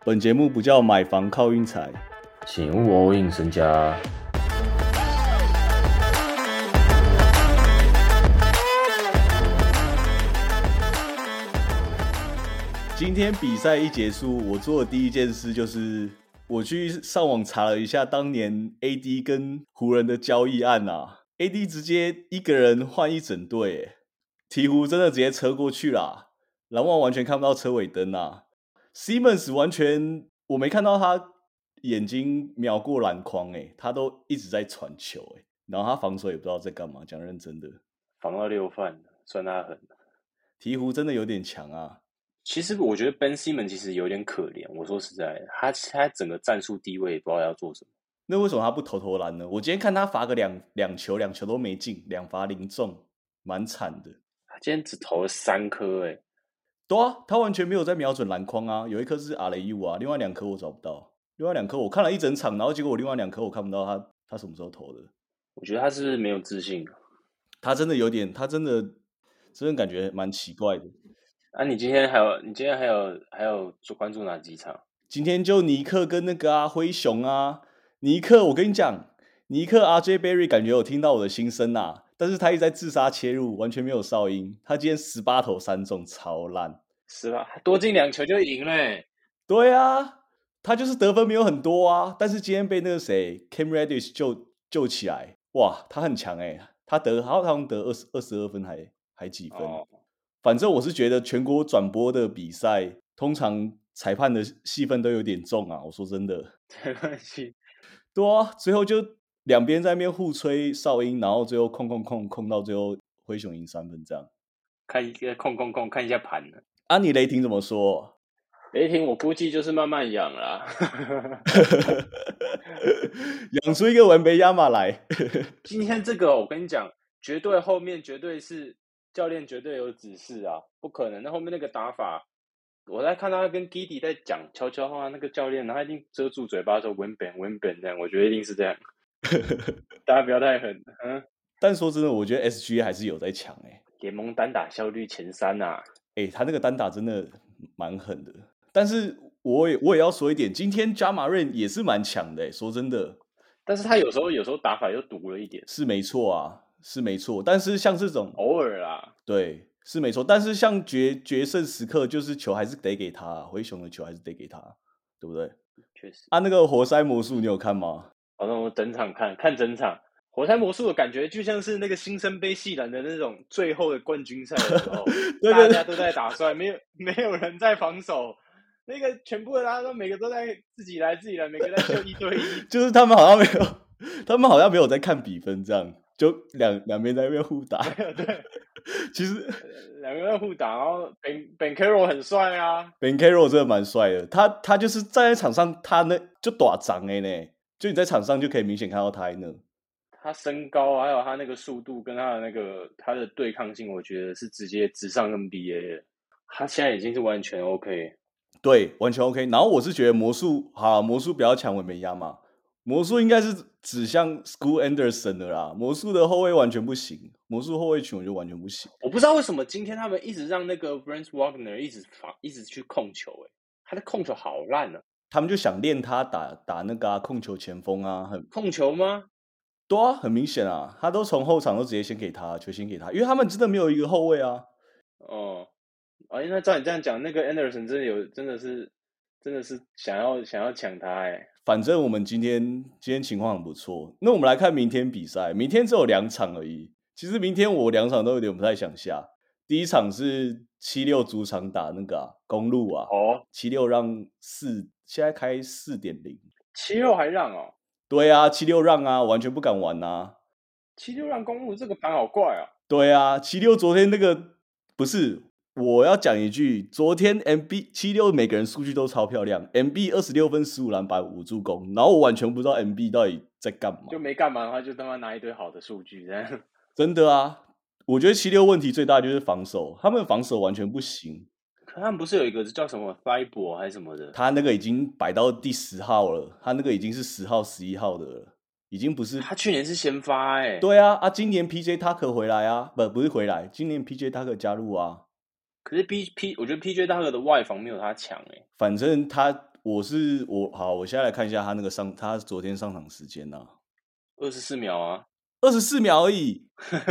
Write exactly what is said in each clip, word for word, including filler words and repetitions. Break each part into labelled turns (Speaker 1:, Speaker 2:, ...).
Speaker 1: 本节目不叫买房靠运财，
Speaker 2: 请勿 all in 身家。
Speaker 1: 今天比赛一结束，我做的第一件事就是我去上网查了一下当年 A D 跟湖人的交易案啊 ，A D 直接一个人换一整队，鹈鹕真的直接车过去啦，篮网完全看不到车尾灯啊 ，Simmons 完全我没看到他眼睛瞄过篮筐诶，他都一直在传球诶，然后他防守也不知道在干嘛，讲认真的，
Speaker 2: 防到六犯，算他狠。
Speaker 1: 鹈鹕真的有点强啊。
Speaker 2: 其实我觉得 Ben Simmons 其实有点可怜，我说实在的，他他整个战术地位也不知道要做什么。
Speaker 1: 那为什么他不投投篮呢？我今天看他罚个两两球，两球都没进，两罚零中，蛮惨的。
Speaker 2: 他今天只投了三颗，诶。
Speaker 1: 对啊，他完全没有在瞄准篮筐啊，有一颗是阿雷乌啊，另外两颗我找不到，另外两颗我看了一整场，然后结果我另外两颗我看不到他他什么时候投的。
Speaker 2: 我觉得他是不是没有自信？
Speaker 1: 他真的有点，他真的真的感觉蛮奇怪的。
Speaker 2: 啊，你今天还有你今天还有还有关注哪几场？
Speaker 1: 今天就尼克跟那个啊灰熊啊，尼克我跟你讲，尼克 R J Barry 感觉有听到我的心声啊，但是他一直在自杀切入，完全没有哨音。他今天十八投三中，超烂。
Speaker 2: 是吧？多进两球就赢了、欸。
Speaker 1: 对啊，他就是得分没有很多啊，但是今天被那个谁 Cam Reddish 救救起来，哇，他很强哎、欸，他得好像得二十二十二分还还几分。哦，反正我是觉得全国转播的比赛，通常裁判的戏份都有点重啊。我说真的，
Speaker 2: 没关系。
Speaker 1: 对啊，最后就两边在那边互吹哨音，然后最后控控控控到最后灰熊赢三分这样。
Speaker 2: 看一个控控控，看一下盘了。
Speaker 1: 啊，你雷霆怎么说？
Speaker 2: 雷霆我估计就是慢慢养啦，
Speaker 1: 养出一个文贝亚马来。
Speaker 2: 今天这个我跟你讲，绝对后面绝对是教练绝对有指示啊，不可能。那后面那个打法，我在看到他跟 Giddey 在讲悄悄话，那个教练他一定遮住嘴巴说 Win Ben Win Ben 这样，我觉得一定是这样。大家不要太狠，嗯。
Speaker 1: 但说真的，我觉得 S G A 还是有在抢哎、欸，
Speaker 2: 联盟单打效率前三啊，
Speaker 1: 哎、欸，他那个单打真的蛮狠的。但是我也我也要说一点，今天加马瑞也是蛮强的、欸，说真的。
Speaker 2: 但是他有时候有时候打法又毒了一点，
Speaker 1: 是没错啊，是没错。但是像这种
Speaker 2: 偶尔啦，
Speaker 1: 对，是没错。但是像决决胜时刻，就是球还是得给他、啊，灰熊的球还是得给他，对不对？
Speaker 2: 确实。
Speaker 1: 啊，那个活塞魔术你有看吗？
Speaker 2: 好，那我整场看看整场。火柴魔术的感觉就像是那个新生杯系篮的那种最后的冠军赛的时候，对对对，大家都在打帅，没有没有人在防守，那个全部的大家都每个都在自己来自己来，每个在秀一对一，
Speaker 1: 就是他们好像没有，他们好像没有在看比分，这样就两两边在那边互打。
Speaker 2: 对，
Speaker 1: 其实
Speaker 2: 两个人互打，然后 Ben Ben Carroll 很帅啊
Speaker 1: ，Ben Carroll 真的蛮帅的，他他就是站在场上，他那就大张哎呢，就你在场上就可以明显看到他那。
Speaker 2: 他身高还有他那个速度跟他的那个他的对抗性，我觉得是直接直上 N B A 的。他现在已经是完全 OK，
Speaker 1: 对，完全 OK。然后我是觉得魔术好，魔术不要抢文梅亚嘛，魔术应该是指向 School Anderson 的啦。魔术的后卫完全不行，魔术后卫群我就完全不行。
Speaker 2: 我不知道为什么今天他们一直让那个 Brent Wagner 一直防，一直去控球、欸，他的控球好烂啊。
Speaker 1: 他们就想练他打打那个、啊、控球前锋啊，很
Speaker 2: 控球吗？
Speaker 1: 对啊，很明显啊，他都从后场都直接先给他球，先给他，因为他们真的没有一个后卫啊。
Speaker 2: 哦，啊，那照你这样讲，那个 Anderson 真的有，真的是，真的是想要想要抢他哎、欸。
Speaker 1: 反正我们今天今天情况很不错，那我们来看明天比赛，明天只有两场而已。其实明天我两场都有点不太想下。第一场是七六主场打那个、啊、公路啊，
Speaker 2: 哦，
Speaker 1: 七六让四，现在开四点零，
Speaker 2: 七六还让哦。
Speaker 1: 对啊，七六让啊，完全不敢玩啊。
Speaker 2: 七六让公路这个盘好怪啊。
Speaker 1: 对啊，七六昨天那个不是，我要讲一句，昨天 M B 七六每个人数据都超漂亮 ，M B 二十六分、十五篮板、五助攻，然后我完全不知道 M B 到底在干嘛，
Speaker 2: 就没干嘛的话，就他妈拿一堆好的数据这样。
Speaker 1: 真的啊，我觉得七六问题最大就是防守，他们防守完全不行。
Speaker 2: 可他们不是有一个叫什么 Fiber 还是什么的？
Speaker 1: 他那个已经摆到第十号了，他那个已经是十号、十一号的了，已经不是。
Speaker 2: 他去年是先发哎、欸。
Speaker 1: 对啊，啊，今年 P J Tucker 回来啊，不不是回来，今年 P J Tucker 加入啊。
Speaker 2: 可是 P P， 我觉得 P J Tucker 的外防没有他强哎、欸。
Speaker 1: 反正他我是我好，我现在来看一下他那个上他昨天上场时间呐、
Speaker 2: 二十四秒啊，
Speaker 1: 二十四秒而已，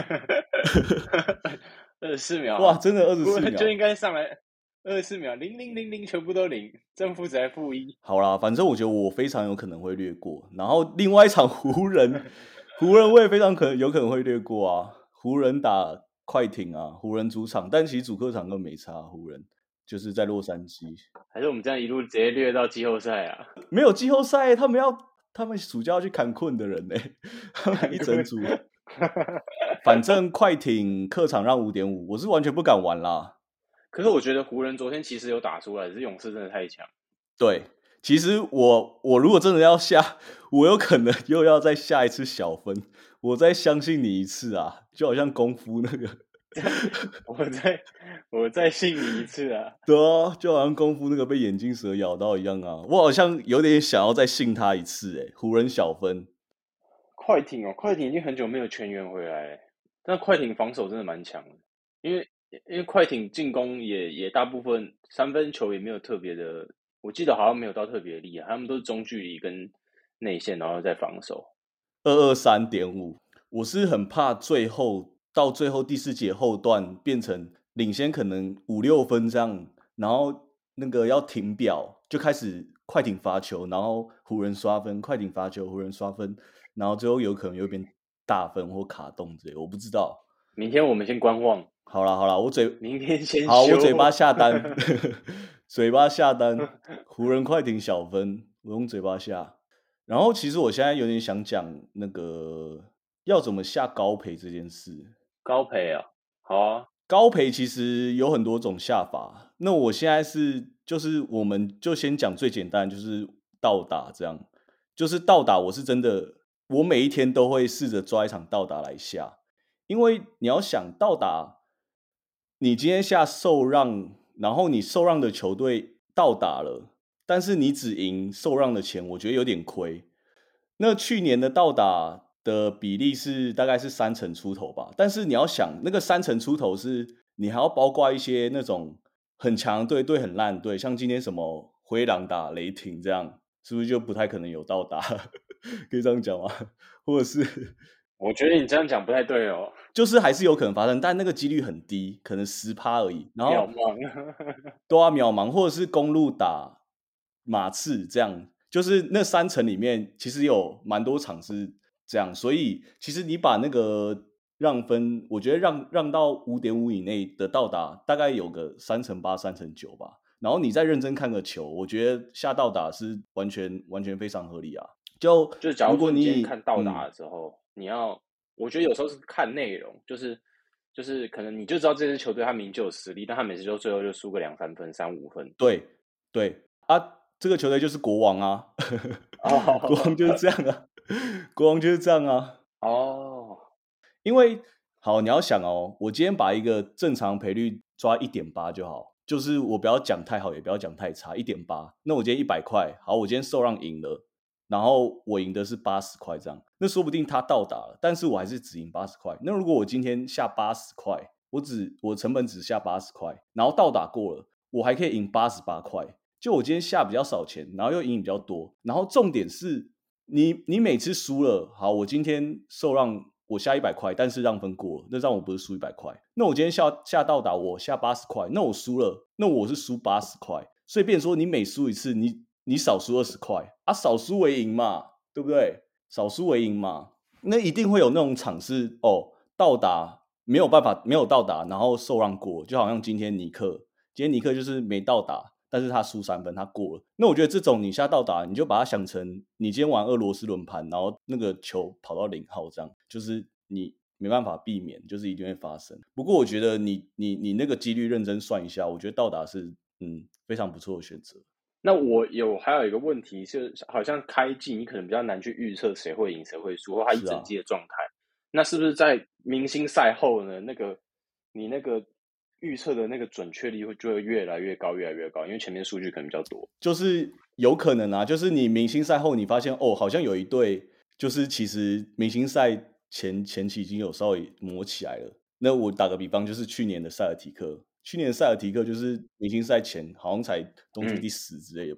Speaker 2: 二十四秒
Speaker 1: 哇，
Speaker 2: 啊，
Speaker 1: 真的二十
Speaker 2: 不
Speaker 1: 四秒。
Speaker 2: 就应该上来二十四秒，零零零零全部都零，正负值还负一。
Speaker 1: 好啦，反正我觉得我非常有可能会略过。然后另外一场湖人，湖人我也非常可能有可能会略过啊。湖人打快艇啊，湖人主场，但其实主客场都没差。湖人就是在洛杉矶，
Speaker 2: 还是我们这样一路直接略到季后赛啊？
Speaker 1: 没有季后赛，他们要他们暑假要去坎困的人呢、他们一整组。反正快艇客场让五点五，我是完全不敢玩啦。
Speaker 2: 可是我觉得湖人昨天其实有打出来，只是勇士真的太强。
Speaker 1: 对，其实我我如果真的要下，我有可能又要再下一次小分，我再相信你一次啊，就好像功夫那个，
Speaker 2: 我再我再信你一次啊！
Speaker 1: 对啊，就好像功夫那个被眼镜蛇咬到一样啊，我好像有点想要再信他一次诶、湖人小分，
Speaker 2: 快艇哦，快艇已经很久没有全员回来了，但快艇防守真的蛮强的，因为因为快艇进攻也也大部分三分球也没有特别的，我记得好像没有到特别厉害，他们都是中距离跟内线，然后再防守。
Speaker 1: 二二三点五，我是很怕最后到最后第四节后段变成领先可能五六分这样，然后那个要停表，就开始快艇罚球，然后湖人刷分，快艇罚球，湖人刷分，然后最后有可能又变大分或卡洞之类，我不知道。
Speaker 2: 明天我们先观望，
Speaker 1: 好啦好啦，我嘴
Speaker 2: 明天先
Speaker 1: 好，我
Speaker 2: 休
Speaker 1: 嘴巴下单，嘴巴下单，湖人快艇小分，我用嘴巴下。然后其实我现在有点想讲那个要怎么下高赔这件事。
Speaker 2: 高培啊，好啊，
Speaker 1: 高赔其实有很多种下法，那我现在是就是我们就先讲最简单，就是倒打这样，就是倒打我是真的，我每一天都会试着抓一场倒打来下，因为你要想倒打，你今天下受让，然后你受让的球队倒打了，但是你只赢受让的钱，我觉得有点亏。那去年的倒打的比例是大概是三成出头吧，但是你要想，那个三成出头是你还要包括一些那种很强的队对很烂的队，像今天什么灰狼打雷霆这样，是不是就不太可能有倒打？可以这样讲吗？或者是
Speaker 2: 我觉得你这样讲不太对哦，
Speaker 1: 就是还是有可能发生，但那个几率很低，可能十趴而已。然后
Speaker 2: 渺茫。
Speaker 1: 都要渺茫，或者是公路打马刺这样，就是那三层里面其实有蛮多场是这样，所以其实你把那个让分，我觉得让让到五点五以内的到达，大概有个三乘八、三乘九吧。然后你再认真看个球，我觉得下到达是完全完全非常合理啊。就
Speaker 2: 就是假
Speaker 1: 如
Speaker 2: 如说你今天
Speaker 1: 果你
Speaker 2: 看到达
Speaker 1: 嗯
Speaker 2: 的时候，你要，我觉得有时候是看内容，就是就是可能你就知道这支球队他明明就有实力，但他每次就最后就输个两三分、三五分。
Speaker 1: 对对啊，这个球队就是国王啊，国王
Speaker 2: 哦
Speaker 1: 就是这样啊，国王就是这样啊。
Speaker 2: 哦，
Speaker 1: 因为好，你要想哦，我今天把一个正常赔率抓一点八就好，就是我不要讲太好，也不要讲太差，一点八。那我今天一百块，好，我今天受让赢了，然后我赢的是八十块这样，那说不定他到达了，但是我还是只赢八十块。那如果我今天下八十块，我只我成本只下八十块，然后到达过了，我还可以赢八十八块。就我今天下比较少钱，然后又赢比较多，然后重点是你你每次输了，好，我今天受让我下一百块，但是让分过了，那让我不是输一百块。那我今天下下到达我下八十块，那我输了，那我是输八十块。所以变成说你每输一次，你你少输二十块啊，少输为赢嘛，对不对？少输为赢嘛，那一定会有那种场是哦，到达没有办法没有到达，然后受让过，就好像今天尼克，今天尼克就是没到达。但是他输三分，他过了。那我觉得这种你下到达，你就把它想成你今天玩俄罗斯轮盘，然后那个球跑到零号，这样就是你没办法避免，就是一定会发生。不过我觉得你你你那个几率认真算一下，我觉得到达是嗯非常不错的选择。
Speaker 2: 那我有还有一个问题是，好像开季你可能比较难去预测谁会赢谁会输，或他一
Speaker 1: 是啊
Speaker 2: 整季的状态。那是不是在明星赛后呢？那个你那个预测的那个准确率会就会越来越高，越来越高，因为前面数据可能比较多。
Speaker 1: 就是有可能啊，就是你明星赛后你发现哦，好像有一队就是其实明星赛前前期已经有稍微磨起来了。那我打个比方，就是去年的塞尔提克，去年的塞尔提克就是明星赛前好像才东区
Speaker 2: 嗯，
Speaker 1: 第十之类的吧。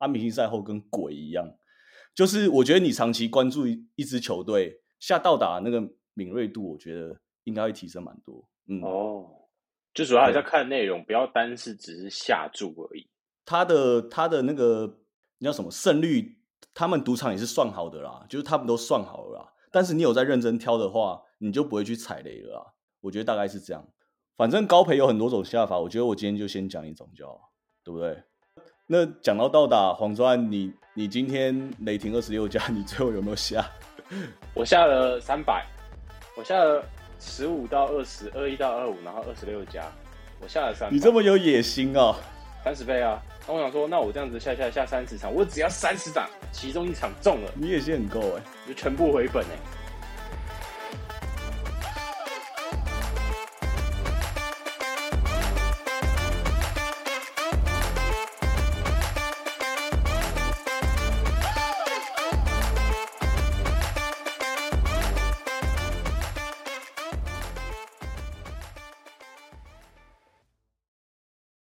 Speaker 1: 啊，明星赛后跟鬼一样。就是我觉得你长期关注一一支球队下到达那个敏锐度，我觉得应该会提升蛮多。嗯，
Speaker 2: 哦，就主要还是要看内容，不要单是只是下注而已。
Speaker 1: 他的他的那个你叫什么胜率，他们赌场也是算好的啦，就是他们都算好了啦。但是你有在认真挑的话，你就不会去踩雷了啦。我觉得大概是这样。反正高赔有很多种下法，我觉得我今天就先讲一种就好，对不对？那讲到到达黄专，你你今天雷霆二十六加，你最后有没有下？
Speaker 2: 我下了三百，我下了十五到二十，二一到二五，然后二十六加，我下了三百。
Speaker 1: 你这么有野心啊！
Speaker 2: 三十倍啊！那我想说，那我这样子下下下三十场，我只要三十场，其中一场中了，
Speaker 1: 你野心很够哎、
Speaker 2: 就全部回本哎、欸。